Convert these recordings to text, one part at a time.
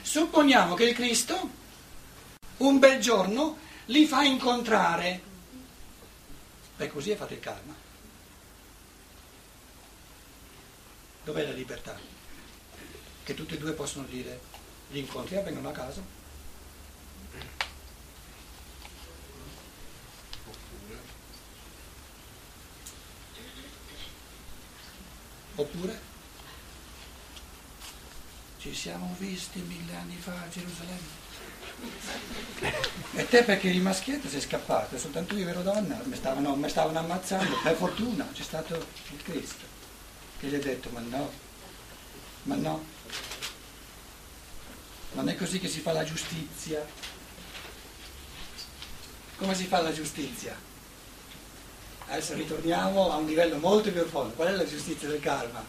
Supponiamo che il Cristo un bel giorno li fa incontrare. Beh, così è fatto il karma. Dov'è la libertà? Che tutti e due possono dire, gli incontri avvengono a caso. Oppure ci siamo visti 1000 anni fa a Gerusalemme. E te perché eri maschietto sei scappato, soltanto io ero donna, mi stavano ammazzando, per fortuna c'è stato il Cristo che gli ha detto ma no, non è così che si fa la giustizia. Come si fa la giustizia? Adesso ritorniamo a un livello molto più profondo. Qual è la giustizia del karma?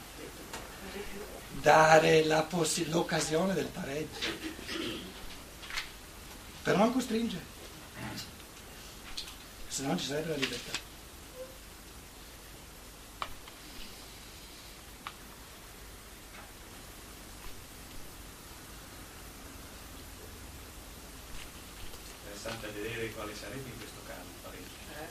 Dare l'occasione del pareggio, però non costringe, se no non ci sarebbe la libertà. Interessante vedere quale sarebbe in questo caso il pareggio.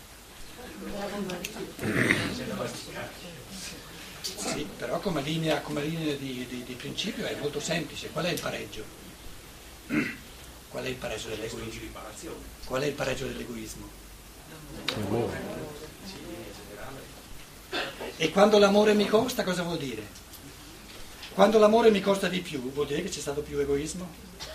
Sì, però come linea di principio è molto semplice. Qual è il pareggio? Qual è il pareggio dell'egoismo? Qual è il pareggio dell'egoismo? E quando l'amore mi costa, cosa vuol dire? Quando l'amore mi costa di più, vuol dire che c'è stato più egoismo?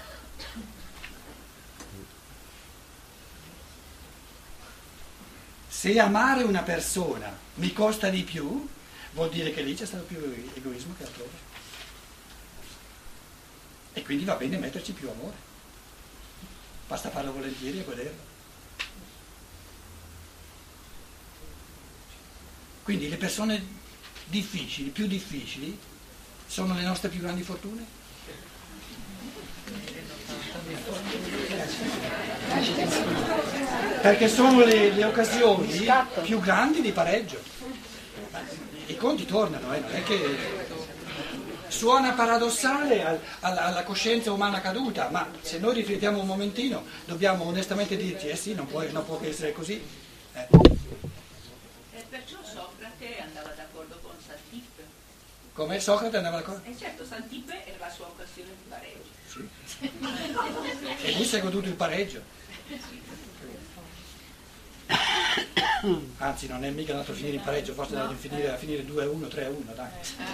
Se amare una persona mi costa di più, vuol dire che lì c'è stato più egoismo che altrove. E quindi va bene metterci più amore. Basta farlo volentieri e volerlo. Quindi le persone difficili, più difficili, sono le nostre più grandi fortune? Perché sono le occasioni più grandi di pareggio. I conti tornano, non è che suona paradossale alla coscienza umana caduta, ma se noi riflettiamo un momentino dobbiamo onestamente dirci sì, non può che essere così. E perciò Socrate andava d'accordo con Santippe. Come Socrate andava d'accordo? E certo, Santippe era la sua occasione di pareggio. Sì. E lui si è goduto il pareggio. Anzi, non è mica andato a finire in pareggio, forse è andato a finire 2-1, 3-1, dai.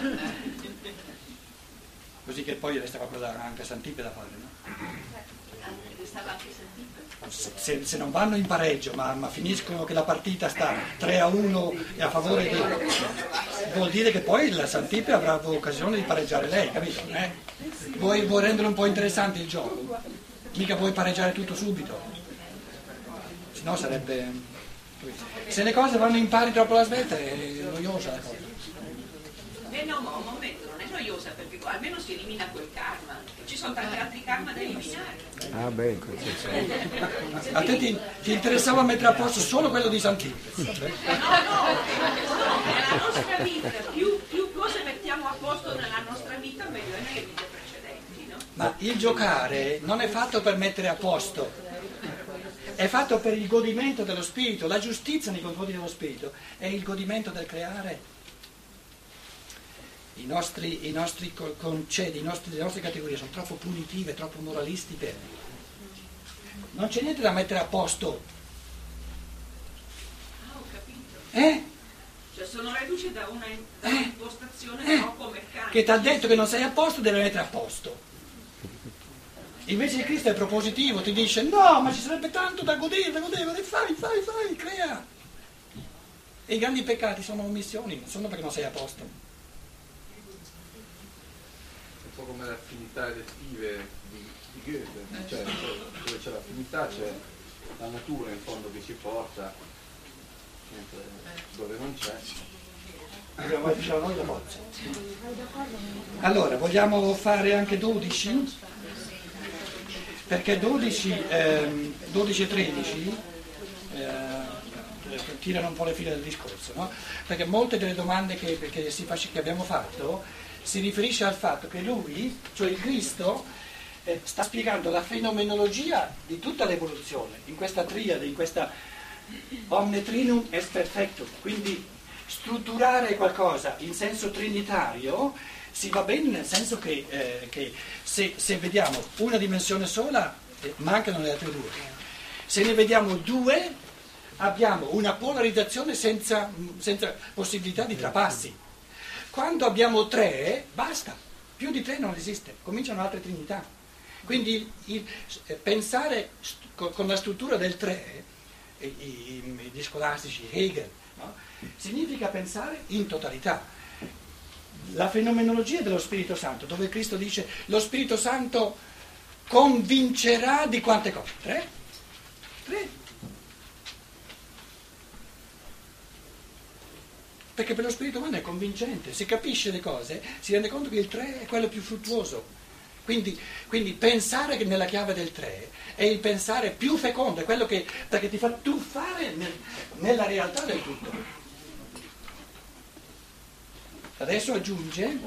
Così che poi resta qualcosa anche a Santippe da fare, no? Restava anche Santippe? Se non vanno in pareggio, ma finiscono che la partita sta 3-1 e a favore di... vuol dire che poi la Santippe avrà occasione di pareggiare lei, capito? Vuoi rendere un po' interessante il gioco? Mica vuoi pareggiare tutto subito, se no sarebbe... Se le cose vanno in pari troppo alla svelta è noiosa la cosa. No, ma un momento, non è noiosa perché almeno si elimina quel karma. Ci sono tanti altri karma da eliminare. Ah beh, in quel senso. A te ti interessava mettere a posto solo quello di Santippe? No, nella nostra vita, più cose mettiamo a posto nella nostra vita, meglio è nelle vite precedenti, no? Ma il giocare non è fatto per mettere a posto. È fatto per il godimento dello spirito. La giustizia nei confronti dello spirito è il godimento del creare. I nostri concetti, le nostre categorie sono troppo punitive, troppo moralistiche. Non c'è niente da mettere a posto. Ah, ho capito. Cioè sono reduce da una impostazione troppo meccanica. Che ti ha detto che non sei a posto, deve mettere a posto. Invece il Cristo è propositivo, ti dice no, ma ci sarebbe tanto da godere, fai, crea. E i grandi peccati sono omissioni, non sono perché non sei a posto. Un po' come le affinità elettive di Goethe, cioè dove c'è l'affinità c'è la natura in fondo che ci porta, mentre dove non c'è. Abbiamo mai vicino a noi la bozza. Allora, vogliamo fare anche 12? Perché 12 e 13 tirano un po' le fila del discorso, no? Perché molte delle domande che abbiamo fatto si riferisce al fatto che lui, cioè il Cristo, sta spiegando la fenomenologia di tutta l'evoluzione, in questa triade, in questa omne trinum est perfectum, quindi strutturare qualcosa in senso trinitario si va bene nel senso che se vediamo una dimensione sola mancano le altre due, se ne vediamo due abbiamo una polarizzazione senza possibilità di trapassi, quando abbiamo tre basta, più di tre non esiste, cominciano altre trinità. Quindi pensare con la struttura del tre, gli scolastici, Hegel, no? Significa pensare in totalità. La fenomenologia dello Spirito Santo, dove Cristo dice lo Spirito Santo convincerà di quante cose? Tre. Perché per lo spirito umano è convincente, se capisce le cose si rende conto che il tre è quello più fruttuoso. Quindi pensare che nella chiave del tre è il pensare più fecondo, è quello perché ti fa tuffare nella realtà del tutto. Adesso aggiunge,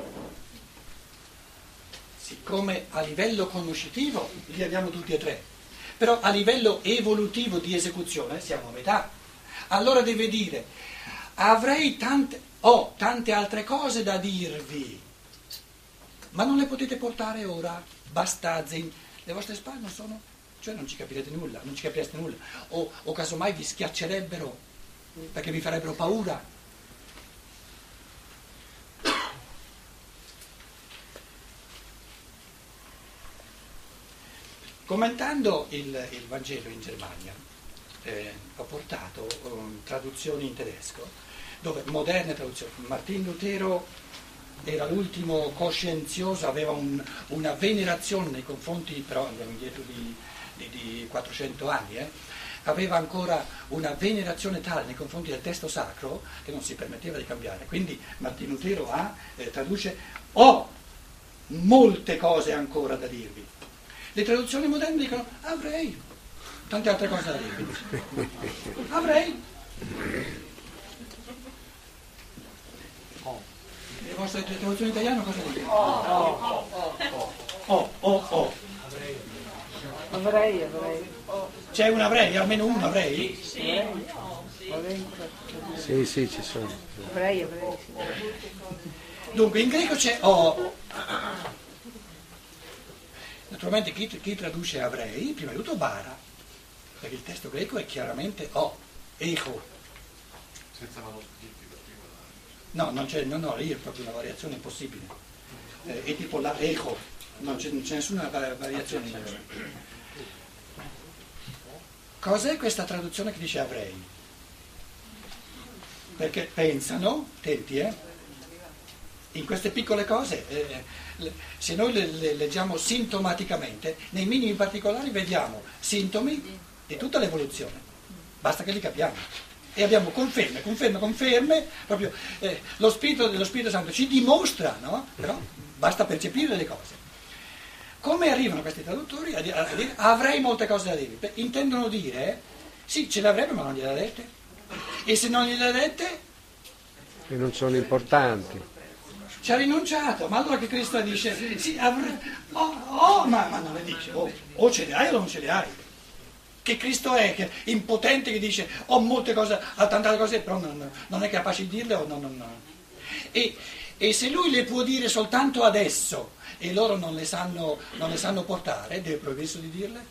siccome a livello conoscitivo li abbiamo tutti e tre, però a livello evolutivo di esecuzione siamo a metà. Allora deve dire, ho tante altre cose da dirvi, ma non le potete portare ora, bastazzi, le vostre spalle non sono, cioè non ci capirete nulla, non ci capireste nulla, o casomai vi schiaccerebbero perché vi farebbero paura. Commentando il Vangelo in Germania, ho portato traduzioni in tedesco, dove moderne traduzioni, Martin Lutero era l'ultimo coscienzioso, aveva una venerazione nei confronti, però andiamo indietro di 400 anni, aveva ancora una venerazione tale nei confronti del testo sacro che non si permetteva di cambiare. Quindi Martin Lutero traduce, ho molte cose ancora da dirvi. Le traduzioni moderne dicono, avrei tante altre cose da dirvi. Avrei. Le vostre traduzioni italiane cosa dicono? Avrei. C'è un avrei, almeno uno avrei? Sì, ci sono. Avrei. Dunque in greco c'è o. Naturalmente chi traduce avrei, prima di tutto bara, perché il testo greco è chiaramente o, echo. Senza manoscritti da prima. No, non c'è, no, lì è proprio una variazione impossibile. È tipo la echo, non c'è nessuna variazione in questo. Cos'è questa traduzione che dice avrei? Perché pensano, attenti, in queste piccole cose, se noi le leggiamo sintomaticamente, nei minimi particolari vediamo sintomi di tutta l'evoluzione, basta che li capiamo. E abbiamo conferme, proprio lo Spirito Santo ci dimostra, no? Però basta percepire le cose. Come arrivano questi traduttori a dire avrei molte cose da dirvi? Intendono dire, sì, ce le avrebbe ma non gliele ha dette. E se non gliele ha dette? Che non sono importanti. Ci ha rinunciato, ma allora che Cristo dice, sì, ma non le dice, o ce le hai o non ce le hai. Che Cristo è, che impotente, che dice ho molte cose, ha tante altre cose, però non è capace di dirle o no. E se lui le può dire soltanto adesso e loro non le sanno portare, deve proibirsi di dirle?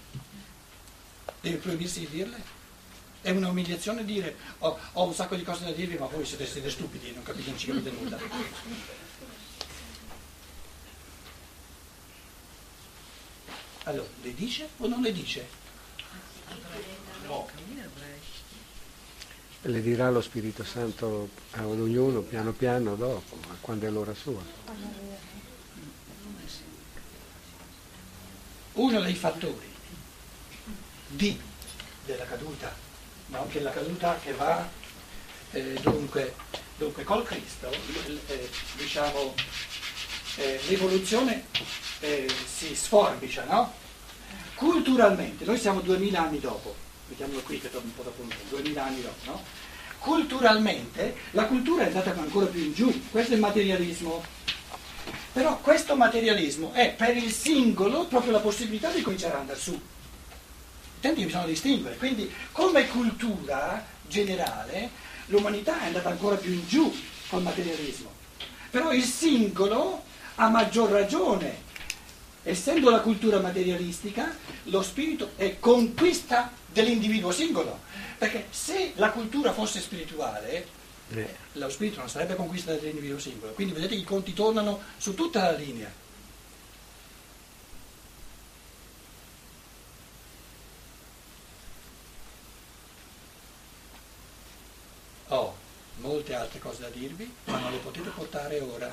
È un'umiliazione dire ho un sacco di cose da dirvi, ma voi siete stupidi, non ci capite nulla. Allora, le dice o non le dice? Le dirà lo Spirito Santo ad ognuno piano piano dopo, quando è l'ora sua. Uno dei fattori della caduta, ma anche la caduta che va dunque col Cristo, l'evoluzione si sforbicia, no? Culturalmente, noi siamo 2000 anni dopo, mettiamolo qui che un po' dopo 2000 anni dopo, no? Culturalmente la cultura è andata ancora più in giù, questo è il materialismo. Però questo materialismo è per il singolo proprio la possibilità di cominciare ad andare su. Tanti bisogna distinguere, quindi come cultura generale l'umanità è andata ancora più in giù col materialismo, però il singolo a maggior ragione, essendo la cultura materialistica, lo spirito è conquista dell'individuo singolo, perché se la cultura fosse spirituale, lo spirito non sarebbe conquista dell'individuo singolo, quindi vedete che i conti tornano su tutta la linea. Ho molte altre cose da dirvi, ma non le potete portare ora.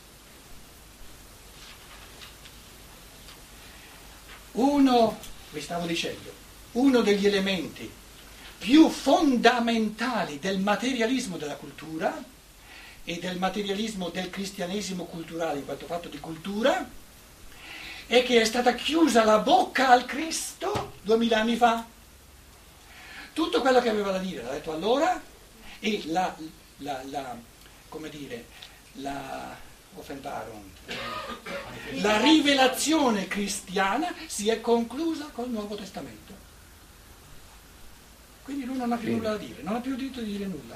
Vi stavo dicendo, uno degli elementi più fondamentali del materialismo della cultura e del materialismo del cristianesimo culturale in quanto fatto di cultura è che è stata chiusa la bocca al Cristo 2000 anni fa. Tutto quello che aveva da dire l'ha detto allora. E la rivelazione cristiana si è conclusa col Nuovo Testamento. Quindi lui non ha più nulla da dire, non ha più diritto di dire nulla.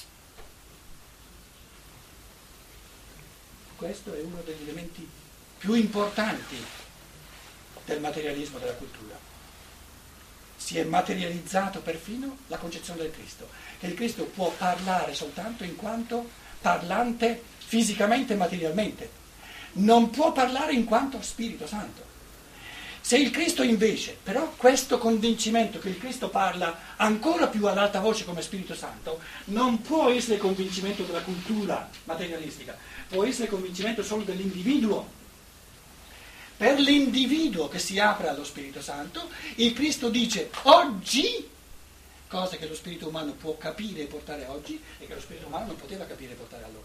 Questo è uno degli elementi più importanti del materialismo della cultura. Si è materializzato perfino la concezione del Cristo, che il Cristo può parlare soltanto in quanto parlante fisicamente e materialmente, non può parlare in quanto Spirito Santo. Se il Cristo invece, però questo convincimento che il Cristo parla ancora più ad alta voce come Spirito Santo, non può essere convincimento della cultura materialistica, può essere convincimento solo dell'individuo. Per l'individuo che si apre allo Spirito Santo, il Cristo dice oggi, cose che lo spirito umano può capire e portare oggi e che lo spirito umano non poteva capire e portare allora.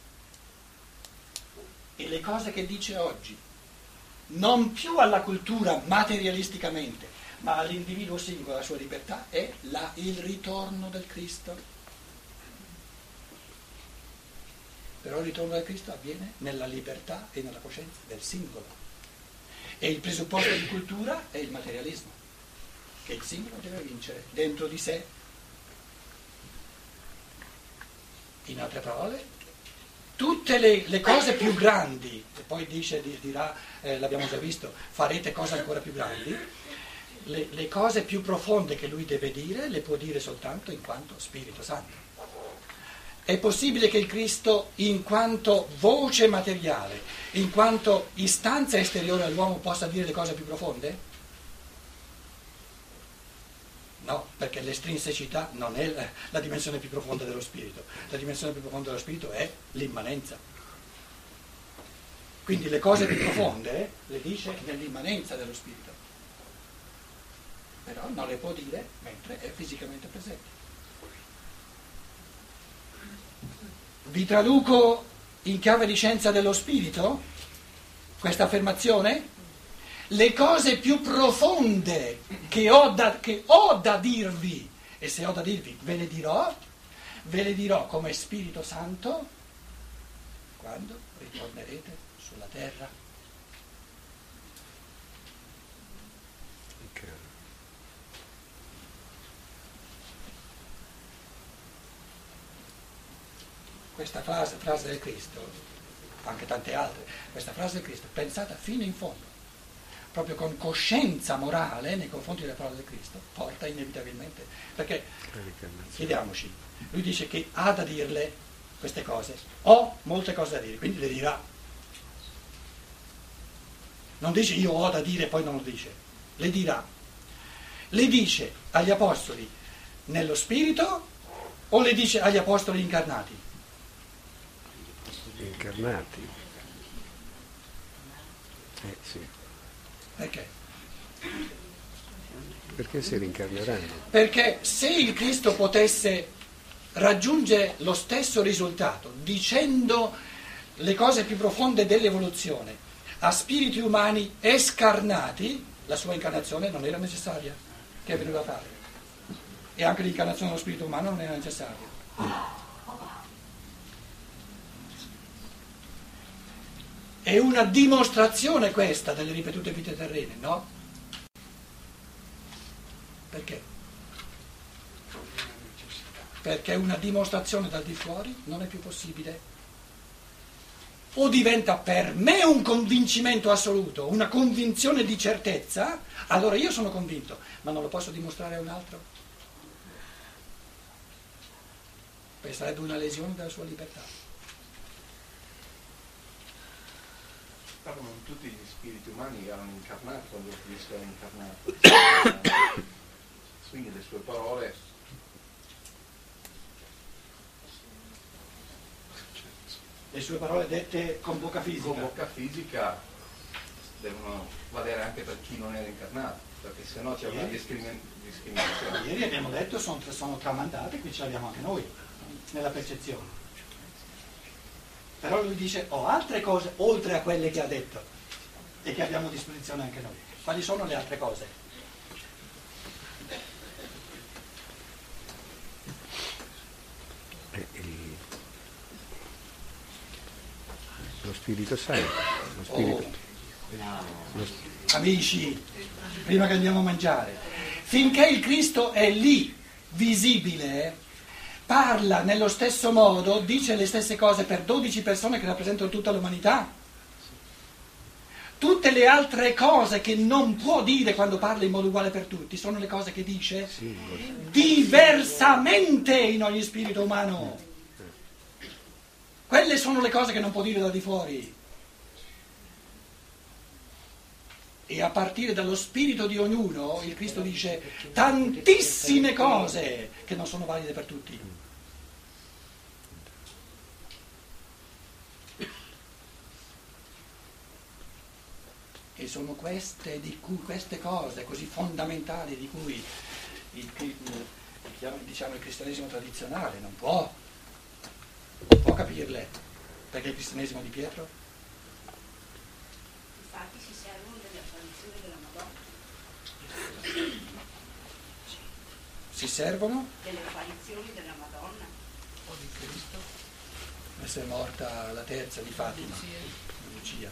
E le cose che dice oggi, non più alla cultura materialisticamente, ma all'individuo singolo, alla sua libertà, è il ritorno del Cristo. Però il ritorno del Cristo avviene nella libertà e nella coscienza del singolo. E il presupposto di cultura è il materialismo, che il singolo deve vincere dentro di sé. In altre parole, tutte le cose più grandi, e poi dirà, l'abbiamo già visto, farete cose ancora più grandi, le cose più profonde che lui deve dire, le può dire soltanto in quanto Spirito Santo. È possibile che il Cristo, in quanto voce materiale, in quanto istanza esteriore all'uomo, possa dire le cose più profonde? No, perché l'estrinsecità non è la dimensione più profonda dello spirito. La dimensione più profonda dello spirito è l'immanenza. Quindi le cose più profonde le dice nell'immanenza dello spirito. Però non le può dire mentre è fisicamente presente. Vi traduco in chiave di scienza dello spirito questa affermazione? Le cose più profonde che ho da dirvi, e se ho da dirvi ve le dirò come Spirito Santo quando ritornerete sulla terra. Questa frase del Cristo, anche tante altre, questa frase del Cristo pensata fino in fondo, proprio con coscienza morale nei confronti delle parole del Cristo, porta inevitabilmente, perché chiediamoci, lui dice che ha da dirle queste cose, ho molte cose da dire, quindi le dirà. Non dice io ho da dire e poi non lo dice, le dirà. Le dice agli apostoli nello spirito o le dice agli apostoli incarnati? Incarnati. Sì. Perché? Perché si rincarneranno? Perché se il Cristo potesse raggiungere lo stesso risultato dicendo le cose più profonde dell'evoluzione a spiriti umani escarnati, la sua incarnazione non era necessaria, che veniva a fare. E anche l'incarnazione dello spirito umano non era necessaria. È una dimostrazione questa delle ripetute vite terrene, no? Perché? Perché una dimostrazione dal di fuori non è più possibile. O diventa per me un convincimento assoluto, una convinzione di certezza, allora io sono convinto, ma non lo posso dimostrare a un altro. Perché sarebbe una lesione della sua libertà. Però non tutti gli spiriti umani erano incarnati quando Cristo era incarnato. Quindi le sue parole, Le sue parole dette con bocca fisica. con bocca fisica, devono valere anche per chi non era incarnato, perché sennò c'è una discriminazione. Ieri abbiamo detto sono tramandate, qui ce l'abbiamo anche noi, nella percezione. Però lui dice ho altre cose oltre a quelle che ha detto e che abbiamo a disposizione anche noi. Quali sono le altre cose? Lo Spirito Santo. Lo Spirito. Amici, prima che andiamo a mangiare, finché il Cristo è lì, visibile, parla nello stesso modo, dice le stesse cose per 12 persone che rappresentano tutta l'umanità. Tutte le altre cose che non può dire quando parla in modo uguale per tutti sono le cose che dice diversamente in ogni spirito umano. Quelle sono le cose che non può dire da di fuori. E a partire dallo spirito di ognuno, il Cristo dice tantissime cose che non sono valide per tutti. E sono queste cose così fondamentali di cui diciamo, il cristianesimo tradizionale non può capirle, perché il cristianesimo di Pietro Infatti si servono delle apparizioni della Madonna. si servono Delle apparizioni della Madonna. o di Cristo. Adesso è morta la terza di Fatima, Lucia.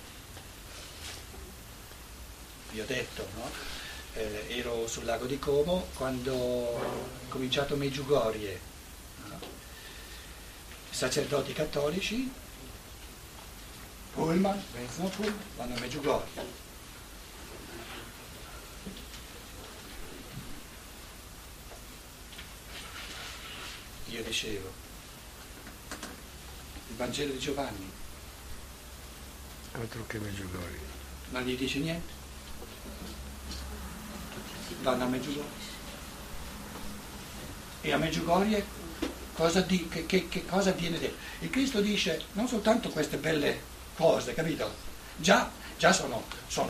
Vi ho detto, no? Ero sul lago di Como quando ho cominciato Medjugorje. Sacerdoti cattolici, Pullman, vanno a Medjugorje. Io dicevo, il Vangelo di Giovanni, Altro che Medjugorje. non gli dice niente? Vanno a Medjugorje. E a Medjugorje che cosa viene detto? Il Cristo dice non soltanto queste belle cose, capito? Già sono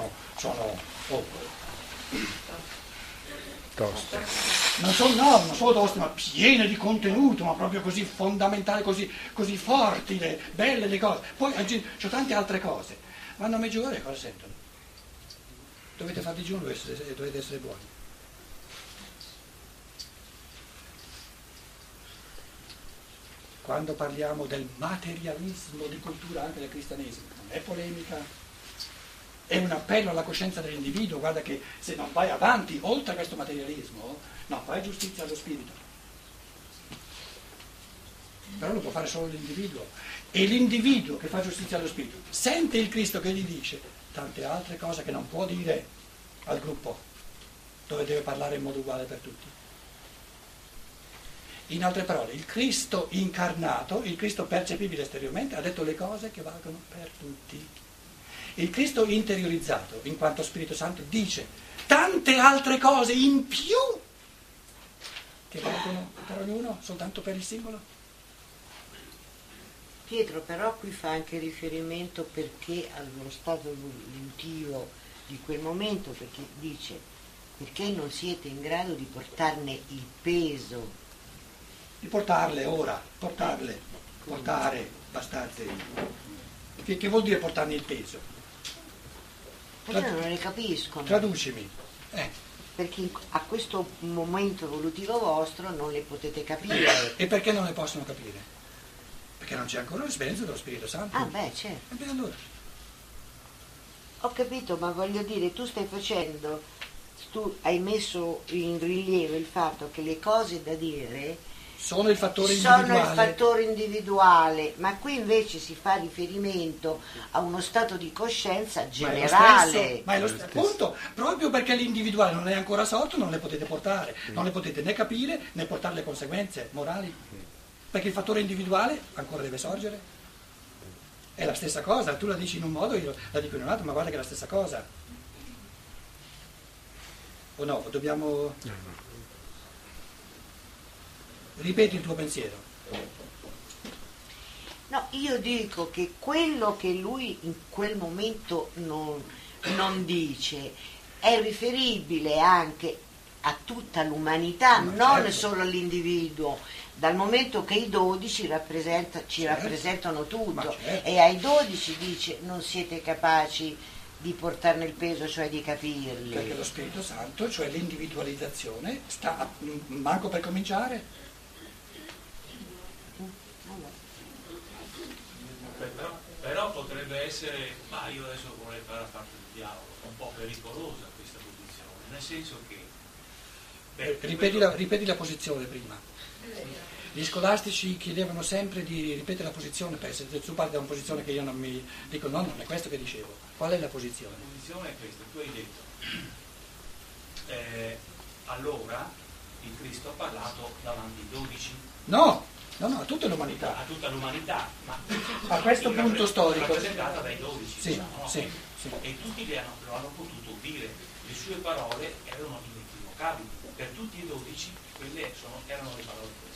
Toste. non solo toste, ma piene di contenuto, ma proprio così fondamentali, così forti, belle le cose. Poi c'è tante altre cose. Vanno a Medjugorje, cosa sentono? Dovete fare digiuno e dovete essere buoni. Quando parliamo del materialismo di cultura anche del cristianesimo, non è polemica, è un appello alla coscienza dell'individuo. Guarda che se non vai avanti oltre a questo materialismo, no, fai giustizia allo spirito. Però lo può fare solo l'individuo. E l'individuo che fa giustizia allo spirito sente il Cristo che gli dice tante altre cose che non può dire al gruppo, dove deve parlare in modo uguale per tutti. In altre parole, il Cristo incarnato, il Cristo percepibile esteriormente, ha detto le cose che valgono per tutti. Il Cristo interiorizzato, in quanto Spirito Santo, dice tante altre cose in più che valgono per ognuno, soltanto per il singolo. Pietro però qui fa anche riferimento perché allo stato evolutivo di quel momento, perché dice perché non siete in grado di portarne il peso. Di portarle ora, portare, bastardi. Che vuol dire portarne il peso? Perché non le capiscono. Traducimi. Perché a questo momento evolutivo vostro non le potete capire. E perché non le possono capire? Perché non c'è ancora l'esperienza dello Spirito Santo. Ah beh, certo. E beh allora, Ho capito, ma voglio dire, tu hai messo in rilievo il fatto che le cose da dire sono il fattore sono individuale. il fattore individuale, ma qui invece si fa riferimento a uno stato di coscienza generale. Ma è lo stesso, appunto, proprio perché l'individuale non è ancora sorto, non le potete portare, non le potete né capire né portare le conseguenze morali, perché il fattore individuale ancora deve sorgere. È la stessa cosa, tu la dici in un modo, io la dico in un altro, ma guarda che è la stessa cosa. O no? Dobbiamo... Ripeti il tuo pensiero. No, io dico che quello che lui in quel momento non dice è riferibile anche a tutta l'umanità, non certo. solo all'individuo, dal momento che i 12 ci Certo. rappresentano tutto, certo. e ai 12 dice non siete capaci di portarne il peso, cioè di capirli. Perché lo Spirito Santo, cioè l'individualizzazione, sta manco per cominciare. Però potrebbe essere, ma io adesso vorrei fare la parte del diavolo, un po' pericolosa questa posizione, nel senso che... Ripeti la posizione prima. Gli scolastici chiedevano sempre di ripetere la posizione, se tu parti da una posizione che io non mi dico, no, non è questo che dicevo. Qual è la posizione? La posizione è questa, tu hai detto, allora il Cristo ha parlato davanti ai 12. No, a tutta l'umanità. A tutta l'umanità, ma A questo punto storico. rappresentata dai 12, Sì, diciamo, no? sì. E tutti lo hanno potuto udire, le sue parole erano inequivocabili, per tutti i 12 quelle erano le parole queste.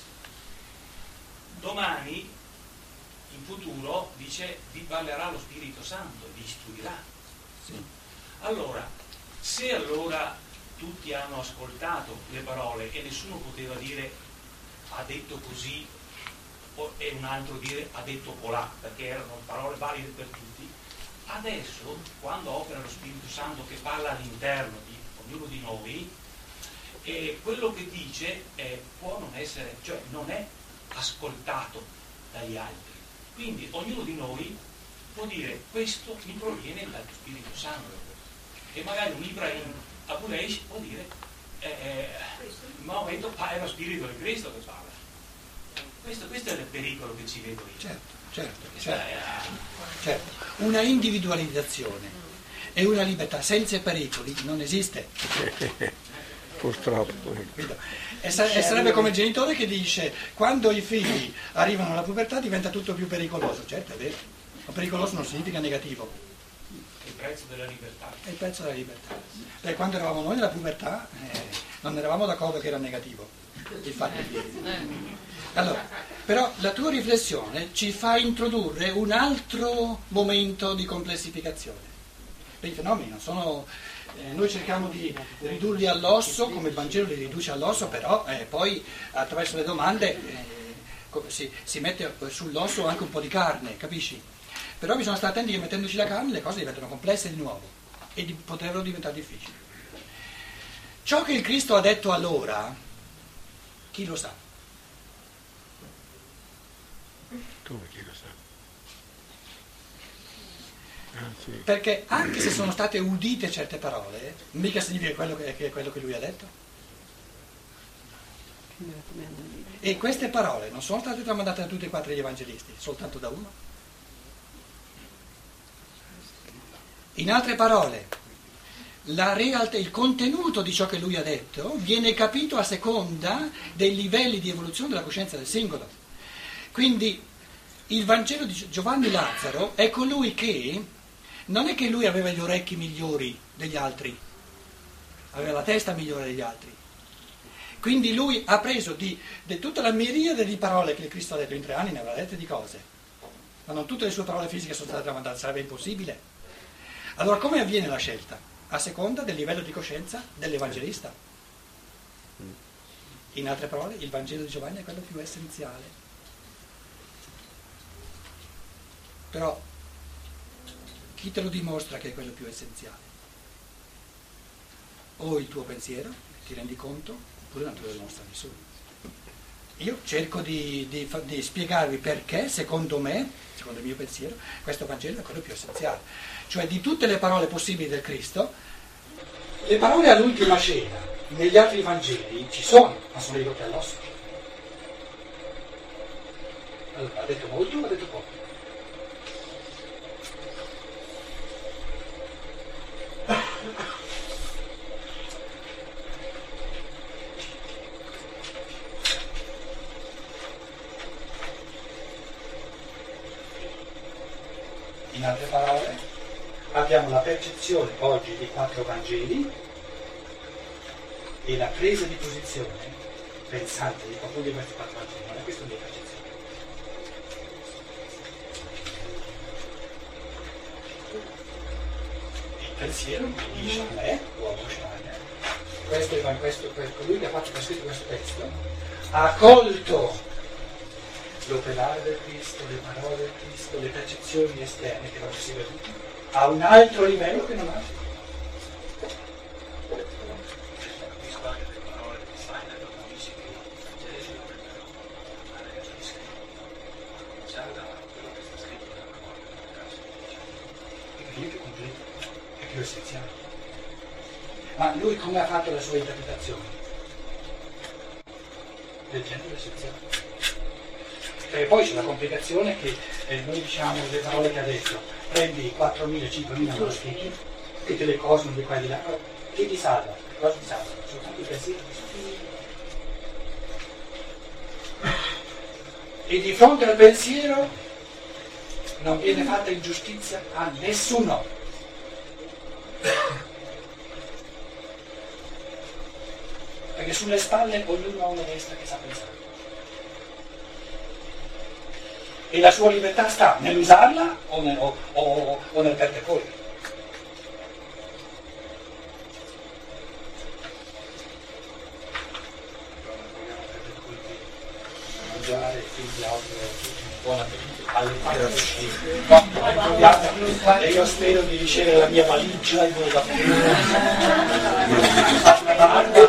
Domani, in futuro, dice, vi parlerà lo Spirito Santo, vi istruirà. Sì. Allora, se allora tutti hanno ascoltato le parole e nessuno poteva dire ha detto così e un altro dire ha detto colà, perché erano parole valide per tutti, adesso quando opera lo Spirito Santo che parla all'interno di ognuno di noi, quello che dice può non essere, cioè non è ascoltato dagli altri, quindi ognuno di noi può dire questo mi proviene dal Spirito Santo, e magari un Ibrahim Abu Leish può dire in un momento è lo Spirito di Cristo che parla. Questo è il pericolo che ci vedo io. Certo. Una individualizzazione e una libertà senza pericoli non esiste. Purtroppo. E sarebbe come il genitore che dice quando i figli arrivano alla pubertà diventa tutto più pericoloso. Certo, è vero, ma pericoloso non significa negativo. Il prezzo della libertà. È il prezzo della libertà. Perché quando eravamo noi nella pubertà non eravamo d'accordo che era negativo il fatto di figli. Allora, però la tua riflessione ci fa introdurre un altro momento di complessificazione. I fenomeni non sono... noi cerchiamo di ridurli all'osso, come il Vangelo li riduce all'osso, però poi attraverso le domande si mette sull'osso anche un po' di carne, capisci? Però bisogna stare attenti che mettendoci la carne le cose diventano complesse di nuovo e potrebbero diventare difficili. Ciò che il Cristo ha detto allora, chi lo sa? Come chi lo sa? Sì. Perché anche se sono state udite certe parole, mica significa che è quello che lui ha detto. E queste parole non sono state tramandate da tutti e quattro gli evangelisti, soltanto da uno. In altre parole, la realtà, il contenuto di ciò che lui ha detto viene capito a seconda dei livelli di evoluzione della coscienza del singolo. Quindi il Vangelo di Giovanni Lazzaro è colui che non è che lui aveva gli orecchi migliori degli altri, aveva la testa migliore degli altri. Quindi lui ha preso di tutta la miriade di parole che il Cristo ha detto in 3 anni, ne avrà dette di cose, ma non tutte le sue parole fisiche sono state tramandate, sarebbe impossibile. Allora come avviene la scelta? A seconda del livello di coscienza dell'evangelista. In altre parole, il Vangelo di Giovanni è quello più essenziale. Però chi te lo dimostra che è quello più essenziale? O il tuo pensiero, ti rendi conto, oppure non te lo dimostra nessuno. Io cerco di spiegarvi perché, secondo me, secondo il mio pensiero, questo Vangelo è quello più essenziale. Cioè di tutte le parole possibili del Cristo, le parole all'ultima cena, negli altri Vangeli ci sono, ma sono ridotte all'osso. Allora, ha detto molto o ha detto poco? In altre parole, abbiamo la percezione oggi di 4 Vangeli e la presa di posizione pensante di qualcuno di questi 4 Vangeli, non è questione di percezione. Il pensiero mi dice a me, o a Steiner, colui che ha fatto scritto questo testo, ha colto l'operare del Cristo, le parole del Cristo, le percezioni esterne che vanno seguire tutti, a un altro livello che non ha. Capisco anche le parole di Steiner quando dice che il Gesù dovrebbero andare a riscritto, a cominciare da quello che sta scritto nella memoria della casa. Perché lì è più completo, è più essenziale. Ma lui come ha fatto la sua interpretazione? Del genere essenziale. E poi c'è la complicazione che noi diciamo le parole che ha detto, prendi 4.000, 5.000 manoscritti e te le cosmi di qua e di là, che ti salva? Cosa ti salva? Soltanto i pensieri. E di fronte al pensiero non viene fatta ingiustizia a nessuno. Perché sulle spalle ognuno ha una testa che sa pensare. E la sua libertà sta nell'usarla o nel perdere colpi. Mangiare, quindi buon appetito. E io spero di ricevere la mia valigia in modo da